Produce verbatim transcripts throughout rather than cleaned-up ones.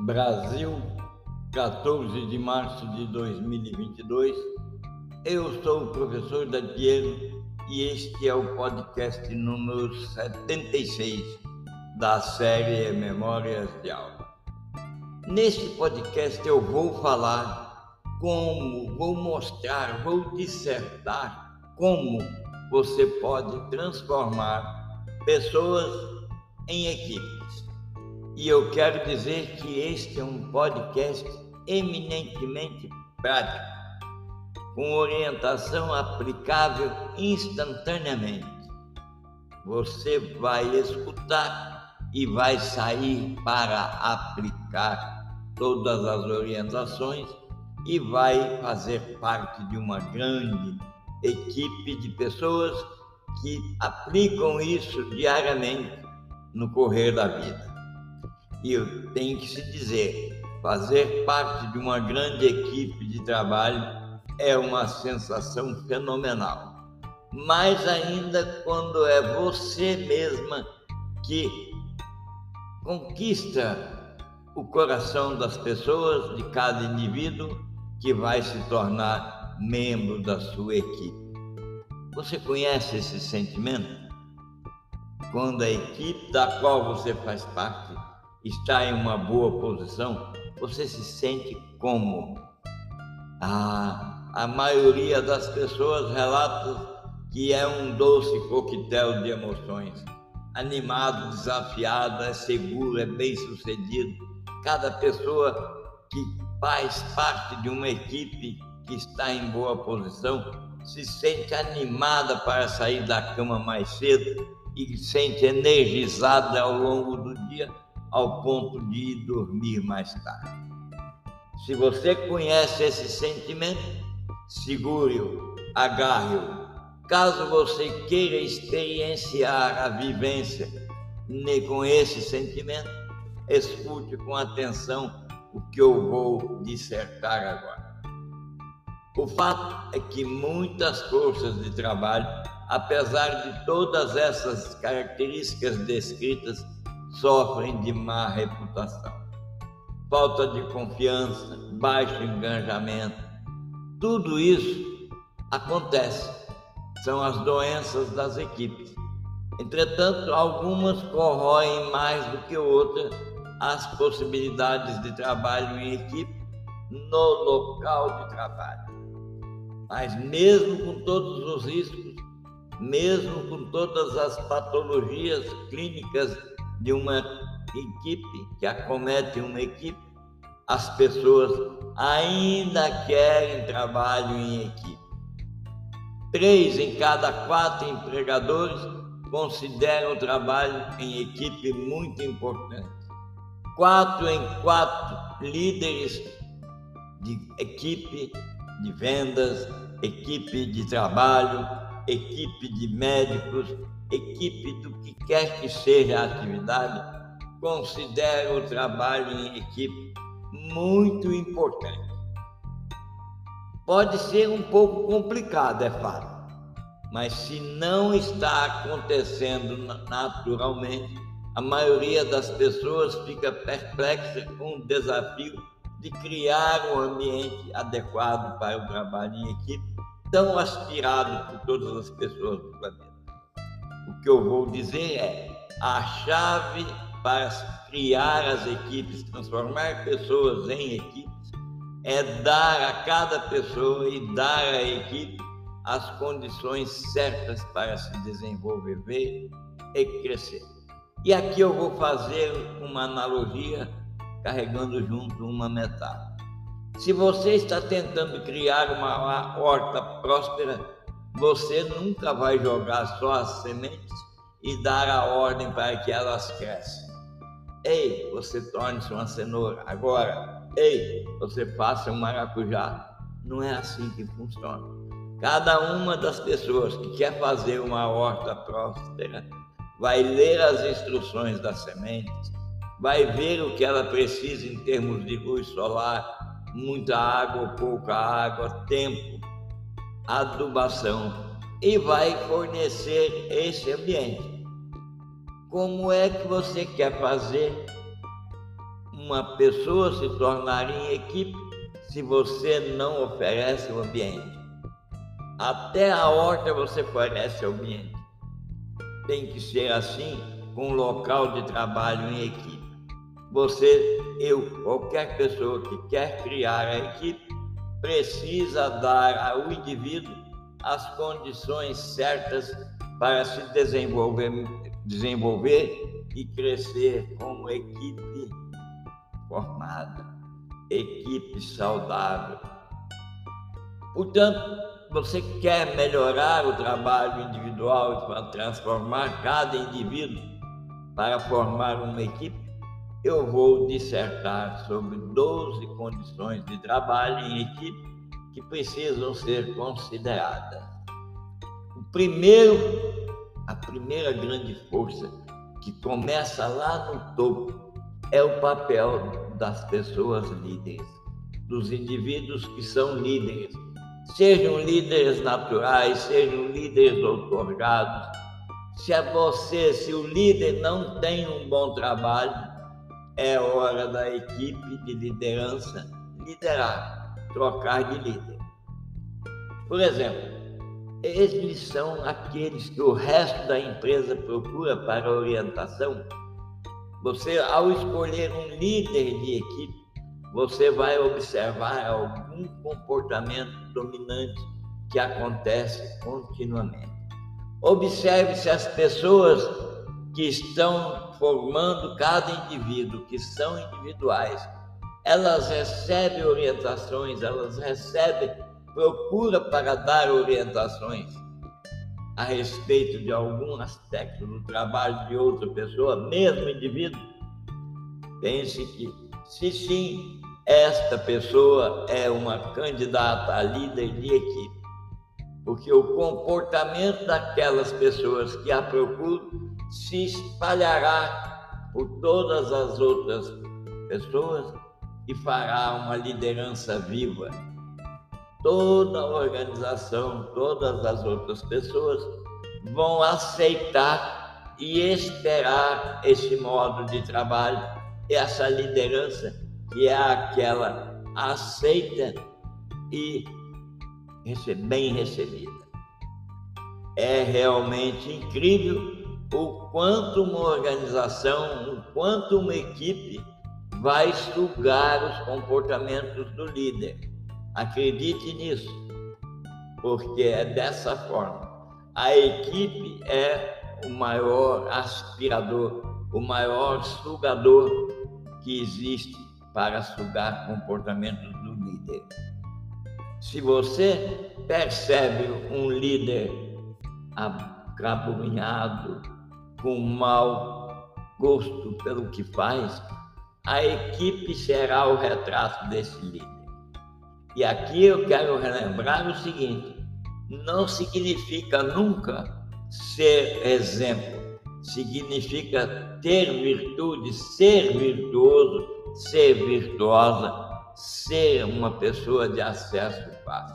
Brasil, quatorze de março de dois mil e vinte e dois. Eu sou o professor Dadiero e este é o podcast número setenta e seis da série Memórias de Aula. Neste podcast eu vou falar como, vou mostrar, vou dissertar como você pode transformar pessoas em equipes. E eu quero dizer que este é um podcast eminentemente prático, com orientação aplicável instantaneamente. Você vai escutar e vai sair para aplicar todas as orientações e vai fazer parte de uma grande equipe de pessoas que aplicam isso diariamente no correr da vida. E eu tenho que se dizer, fazer parte de uma grande equipe de trabalho é uma sensação fenomenal. Mais ainda quando é você mesma que conquista o coração das pessoas, de cada indivíduo que vai se tornar membro da sua equipe. Você conhece esse sentimento? Quando a equipe da qual você faz parte está em uma boa posição, você se sente como? Ah, a maioria das pessoas relata que é um doce coquetel de emoções. Animado, desafiado, é seguro, é bem-sucedido. Cada pessoa que faz parte de uma equipe que está em boa posição se sente animada para sair da cama mais cedo e se sente energizada ao longo do dia, ao ponto de ir dormir mais tarde. Se você conhece esse sentimento, segure-o, agarre-o. Caso você queira experienciar a vivência com esse sentimento, escute com atenção o que eu vou dissertar agora. O fato é que muitas forças de trabalho, apesar de todas essas características descritas, sofrem de má reputação, falta de confiança, baixo engajamento. Tudo isso acontece, são as doenças das equipes. Entretanto, algumas corroem mais do que outras as possibilidades de trabalho em equipe no local de trabalho. Mas mesmo com todos os riscos, mesmo com todas as patologias clínicas de uma equipe, que acomete uma equipe, as pessoas ainda querem trabalho em equipe. Três em cada quatro empregadores consideram o trabalho em equipe muito importante. Quatro em quatro líderes de equipe de vendas, equipe de trabalho, equipe de médicos, equipe do que quer que seja a atividade, considera o trabalho em equipe muito importante. Pode ser um pouco complicado, é fato, mas se não está acontecendo naturalmente, a maioria das pessoas fica perplexa com o desafio de criar um ambiente adequado para o trabalho em equipe, tão aspirado por todas as pessoas do planeta. O que eu vou dizer é, a chave para criar as equipes, transformar pessoas em equipes, é dar a cada pessoa e dar à equipe as condições certas para se desenvolver e crescer. E aqui eu vou fazer uma analogia, carregando junto uma metáfora. Se você está tentando criar uma horta próspera, você nunca vai jogar só as sementes e dar a ordem para que elas cresçam. Ei, você torne-se uma cenoura. Agora, ei, você faça um maracujá. Não é assim que funciona. Cada uma das pessoas que quer fazer uma horta próspera vai ler as instruções das sementes, vai ver o que ela precisa em termos de luz solar, muita água ou pouca água, tempo, adubação, e vai fornecer esse ambiente. Como é que você quer fazer uma pessoa se tornaria equipe se você não oferece o ambiente. Até a horta você fornece o ambiente. Tem que ser assim com um local de trabalho em equipe. Você, eu, qualquer pessoa que quer criar a equipe, precisa dar ao indivíduo as condições certas para se desenvolver, desenvolver e crescer como equipe formada, equipe saudável. Portanto, você quer melhorar o trabalho individual para transformar cada indivíduo para formar uma equipe? Eu vou dissertar sobre doze condições de trabalho em equipe que precisam ser consideradas. O primeiro, a primeira grande força que começa lá no topo é o papel das pessoas líderes, dos indivíduos que são líderes. Sejam líderes naturais, sejam líderes outorgados. Se é você, se o líder não tem um bom trabalho, é hora da equipe de liderança liderar, trocar de líder. Por exemplo, eles são aqueles que o resto da empresa procura para orientação. Você, ao escolher um líder de equipe, você vai observar algum comportamento dominante que acontece continuamente. Observe se as pessoas que estão formando cada indivíduo, que são individuais, elas recebem orientações, elas recebem procura para dar orientações a respeito de algum aspecto do trabalho de outra pessoa, mesmo indivíduo. Pense que, se sim, esta pessoa é uma candidata a líder de equipe, porque o comportamento daquelas pessoas que a procuram se espalhará por todas as outras pessoas e fará uma liderança viva. Toda a organização, todas as outras pessoas vão aceitar e esperar esse modo de trabalho, essa liderança que é aquela aceita e bem recebida. É realmente incrível o quanto uma organização, o quanto uma equipe vai sugar os comportamentos do líder. Acredite nisso, porque é dessa forma. A equipe é o maior aspirador, o maior sugador que existe para sugar comportamentos do líder. Se você percebe um líder acabrunhado, com mau gosto pelo que faz, a equipe será o retrato desse líder. E aqui eu quero relembrar o seguinte: não significa nunca ser exemplo, significa ter virtude, ser virtuoso, ser virtuosa, ser uma pessoa de acesso fácil.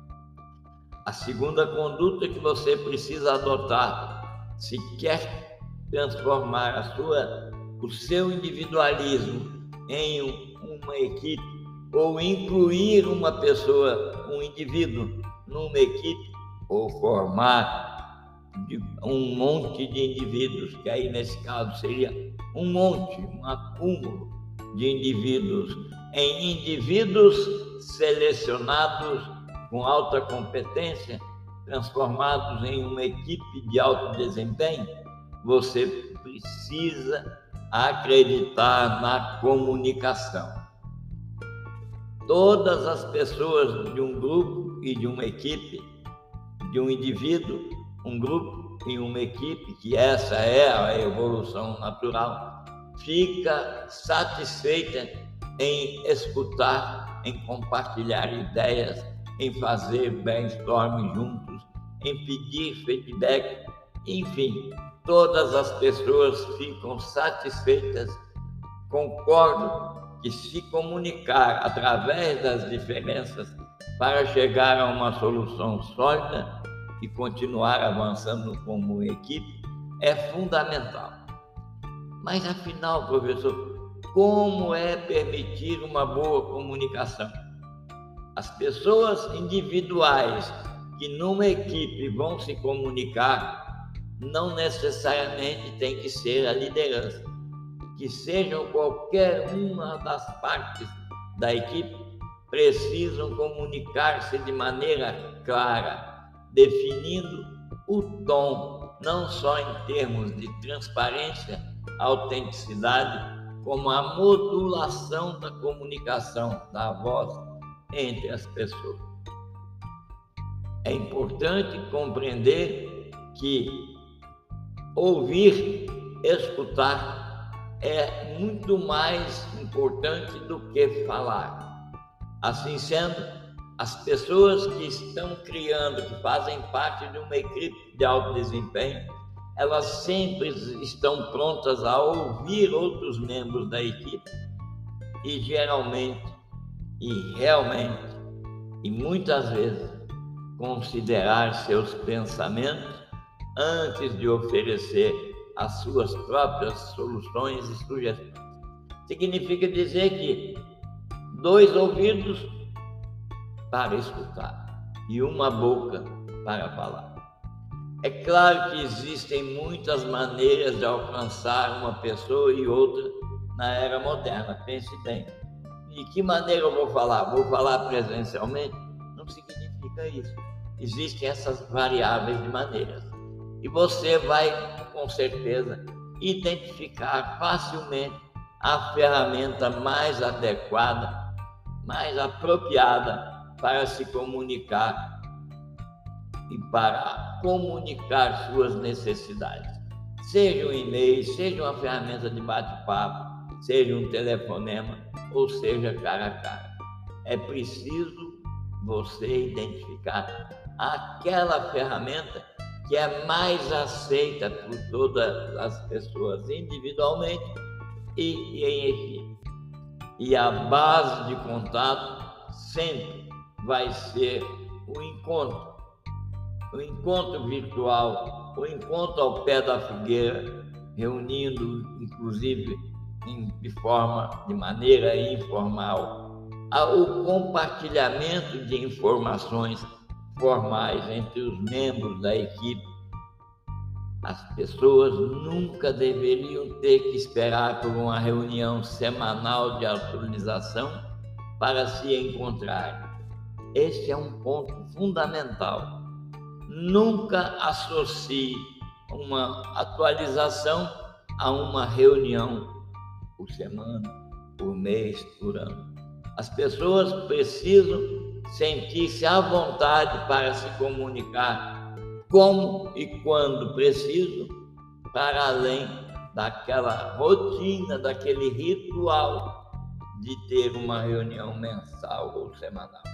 A segunda conduta que você precisa adotar, se quer transformar a sua, o seu individualismo em um, uma equipe, ou incluir uma pessoa, um indivíduo numa equipe, ou formar um monte de indivíduos, que aí nesse caso seria um monte, um acúmulo de indivíduos, em indivíduos selecionados com alta competência, transformados em uma equipe de alto desempenho. Você precisa acreditar na comunicação. Todas as pessoas de um grupo e de uma equipe, de um indivíduo, um grupo e uma equipe, que essa é a evolução natural, fica satisfeita em escutar, em compartilhar ideias, em fazer brainstorming juntos, em pedir feedback, enfim, todas as pessoas ficam satisfeitas, concordam que se comunicar através das diferenças para chegar a uma solução sólida e continuar avançando como equipe é fundamental. Mas afinal, professor, como é permitir uma boa comunicação. As pessoas individuais que numa equipe vão se comunicar não necessariamente tem que ser a liderança. Que sejam qualquer uma das partes da equipe, precisam comunicar-se de maneira clara, definindo o tom, não só em termos de transparência, autenticidade, como a modulação da comunicação da voz entre as pessoas. É importante compreender que ouvir, escutar, é muito mais importante do que falar. Assim sendo, as pessoas que estão criando, que fazem parte de uma equipe de alto desempenho, elas sempre estão prontas a ouvir outros membros da equipe e geralmente, e realmente, e muitas vezes, considerar seus pensamentos antes de oferecer as suas próprias soluções e sugestões. Significa dizer que dois ouvidos para escutar e uma boca para falar. É claro que existem muitas maneiras de alcançar uma pessoa e outra na era moderna. Pense bem. De que maneira eu vou falar? Vou falar presencialmente? Não significa isso. Existem essas variáveis de maneiras. E você vai, com certeza, identificar facilmente a ferramenta mais adequada, mais apropriada para se comunicar e para comunicar suas necessidades. Seja um e-mail, seja uma ferramenta de bate-papo, seja um telefonema, ou seja cara a cara. É preciso você identificar aquela ferramenta que é mais aceita por todas as pessoas individualmente e, e em equipe. E a base de contato sempre vai ser o encontro. O encontro virtual, o encontro ao pé da fogueira, reunindo, inclusive, em, de forma, de maneira informal, o compartilhamento de informações formais entre os membros da equipe. As pessoas nunca deveriam ter que esperar por uma reunião semanal de atualização para se encontrar. Este é um ponto fundamental. Nunca associe uma atualização a uma reunião por semana, por mês, por ano. As pessoas precisam sentir-se à vontade para se comunicar como e quando preciso, para além daquela rotina, daquele ritual de ter uma reunião mensal ou semanal.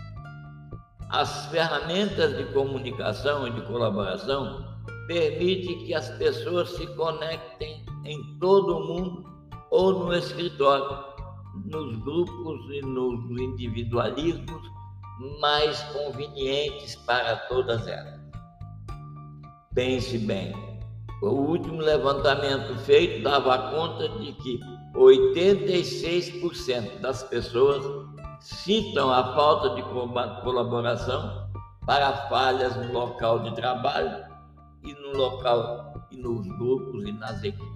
As ferramentas de comunicação e de colaboração permitem que as pessoas se conectem em todo o mundo ou no escritório, nos grupos e nos individualismos mais convenientes para todas elas. Pense bem, o último levantamento feito dava conta de que oitenta e seis por cento das pessoas citam a falta de colaboração para falhas no local de trabalho e no local e nos grupos e nas equipes.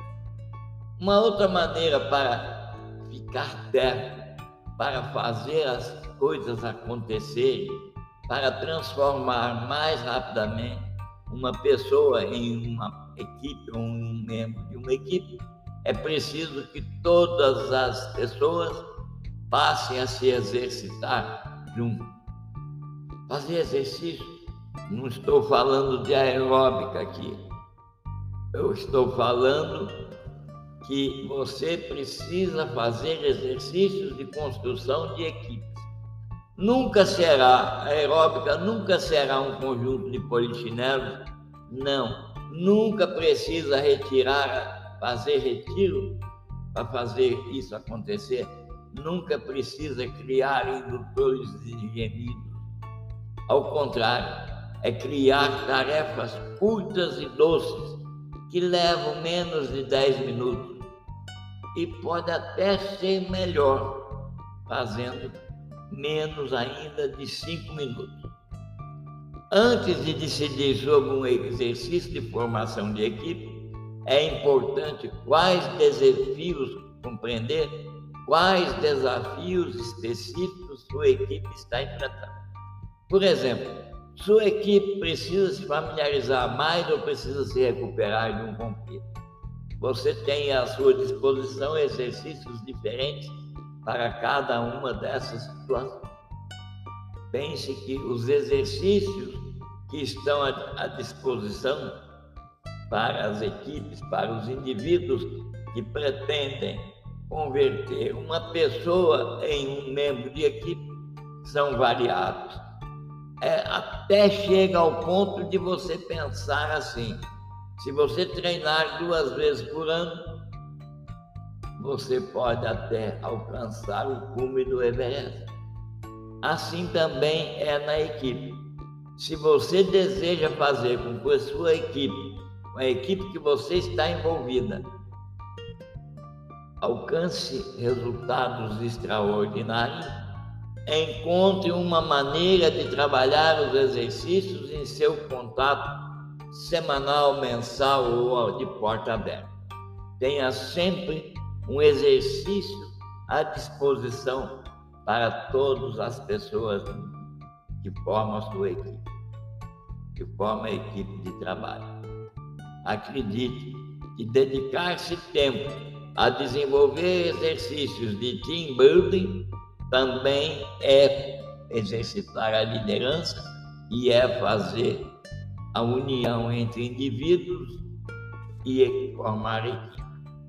Uma outra maneira para ficar perto, para fazer as coisas acontecerem, para transformar mais rapidamente uma pessoa em uma equipe ou um membro de uma equipe, é preciso que todas as pessoas passem a se exercitar juntos. Fazer exercício, não estou falando de aeróbica aqui, eu estou falando que você precisa fazer exercícios de construção de equipes. Nunca será, a aeróbica nunca será um conjunto de polichinelos, não. Nunca precisa retirar, fazer retiro para fazer isso acontecer. Nunca precisa criar indutores de gemidos. Ao contrário, é criar tarefas curtas e doces que levam menos de dez minutos. e pode até ser melhor, fazendo menos ainda de cinco minutos. Antes de decidir sobre um exercício de formação de equipe, é importante quais desafios compreender quais desafios específicos sua equipe está enfrentando. Por exemplo, sua equipe precisa se familiarizar mais ou precisa se recuperar de um conflito. Você tem à sua disposição exercícios diferentes para cada uma dessas situações. Pense que os exercícios que estão à disposição para as equipes, para os indivíduos que pretendem converter uma pessoa em um membro de equipe são variados. É, até chega ao ponto de você pensar assim: se você treinar duas vezes por ano, você pode até alcançar o cume do Everest. Assim também é na equipe. Se você deseja fazer com que a sua equipe, a equipe que você está envolvida, alcance resultados extraordinários, encontre uma maneira de trabalhar os exercícios em seu contato semanal, mensal ou de porta aberta. Tenha sempre um exercício à disposição para todas as pessoas que formam a sua equipe, que formam a equipe de trabalho. Acredite que dedicar-se tempo a desenvolver exercícios de team building também é exercitar a liderança e é fazer a união entre indivíduos e formar equipe.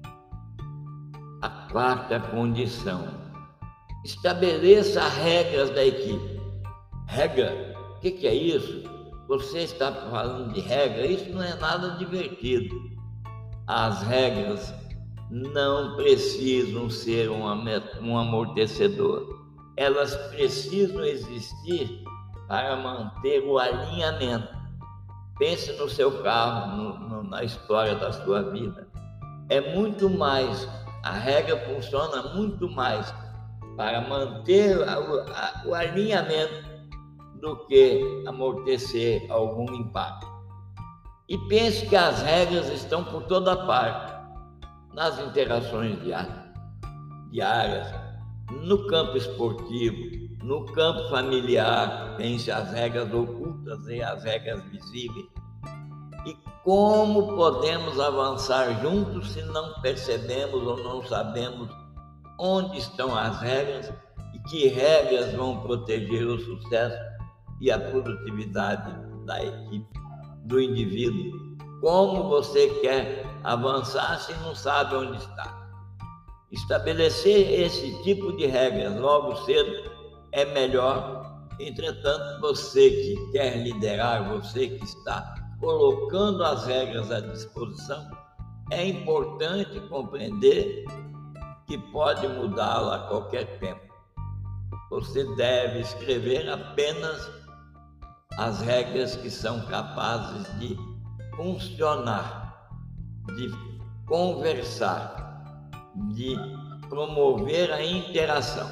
A quarta condição: estabeleça regras da equipe. Regra? O que, que é isso? Você está falando de regra? Isso não é nada divertido. As regras não precisam ser um amortecedor. Elas precisam existir para manter o alinhamento. Pense no seu carro, no, no, na história da sua vida. É muito mais, a regra funciona muito mais para manter a, a, o alinhamento do que amortecer algum impacto. E pense que as regras estão por toda parte, nas interações diárias, no campo esportivo, no campo familiar, pense as regras ocultas e as regras visíveis. E como podemos avançar juntos se não percebemos ou não sabemos onde estão as regras e que regras vão proteger o sucesso e a produtividade da equipe, do indivíduo? Como você quer avançar se não sabe onde está? Estabelecer esse tipo de regras logo cedo é melhor. Entretanto, você que quer liderar, você que está colocando as regras à disposição, é importante compreender que pode mudá-la a qualquer tempo. Você deve escrever apenas as regras que são capazes de funcionar, de conversar, de promover a interação.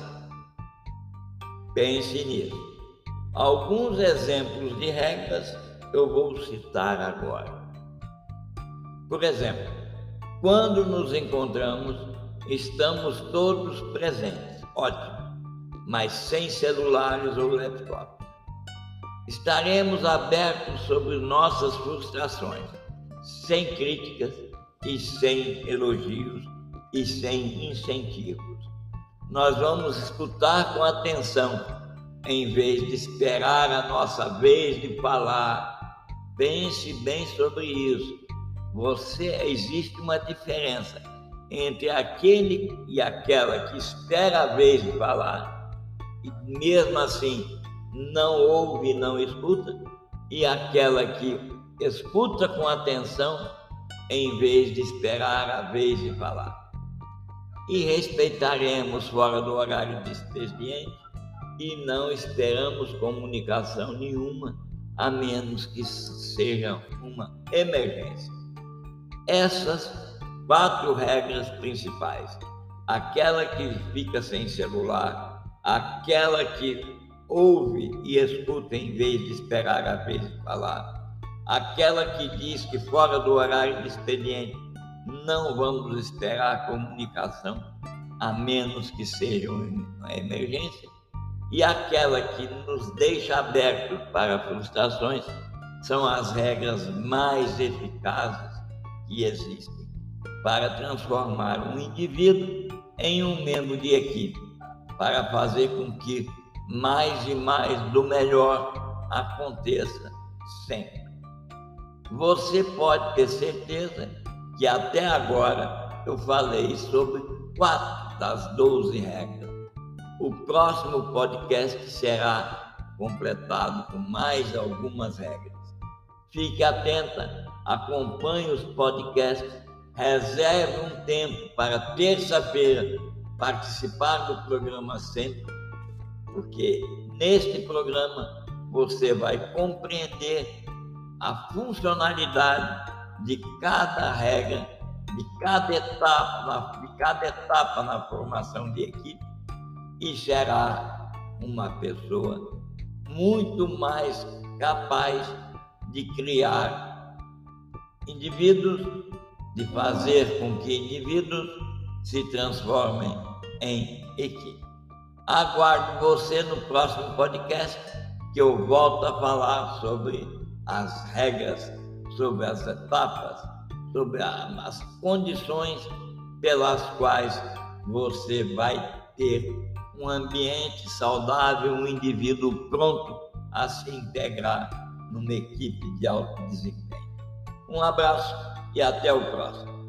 Pense nisso. Alguns exemplos de regras eu vou citar agora. Por exemplo, quando nos encontramos, estamos todos presentes. Ótimo, mas sem celulares ou laptop. Estaremos abertos sobre nossas frustrações, sem críticas e sem elogios e sem incentivos. Nós vamos escutar com atenção, em vez de esperar a nossa vez de falar. Pense bem sobre isso. Você, existe uma diferença entre aquele e aquela que espera a vez de falar e mesmo assim não ouve e não escuta, e aquela que escuta com atenção em vez de esperar a vez de falar. E respeitaremos fora do horário de expediente e não esperamos comunicação nenhuma, a menos que seja uma emergência. Essas quatro regras principais. Aquela que fica sem celular, aquela que ouve e escuta em vez de esperar a vez de falar, aquela que diz que fora do horário de expediente não vamos esperar a comunicação, a menos que seja uma emergência, e aquela que nos deixa abertos para frustrações, são as regras mais eficazes que existem para transformar um indivíduo em um membro de equipe, para fazer com que mais e mais do melhor aconteça sempre. Você pode ter certeza que até agora eu falei sobre quatro das doze regras. O próximo podcast será completado com mais algumas regras. Fique atenta, acompanhe os podcasts, reserve um tempo para terça-feira participar do programa sempre, porque neste programa você vai compreender a funcionalidade de cada regra, de cada etapa, de cada etapa na formação de equipe, e será uma pessoa muito mais capaz de criar indivíduos, de fazer com que indivíduos se transformem em equipe. Aguardo você no próximo podcast, que eu volto a falar sobre as regras, sobre as etapas, sobre as condições pelas quais você vai ter um ambiente saudável, um indivíduo pronto a se integrar numa equipe de alto desempenho. Um abraço e até o próximo.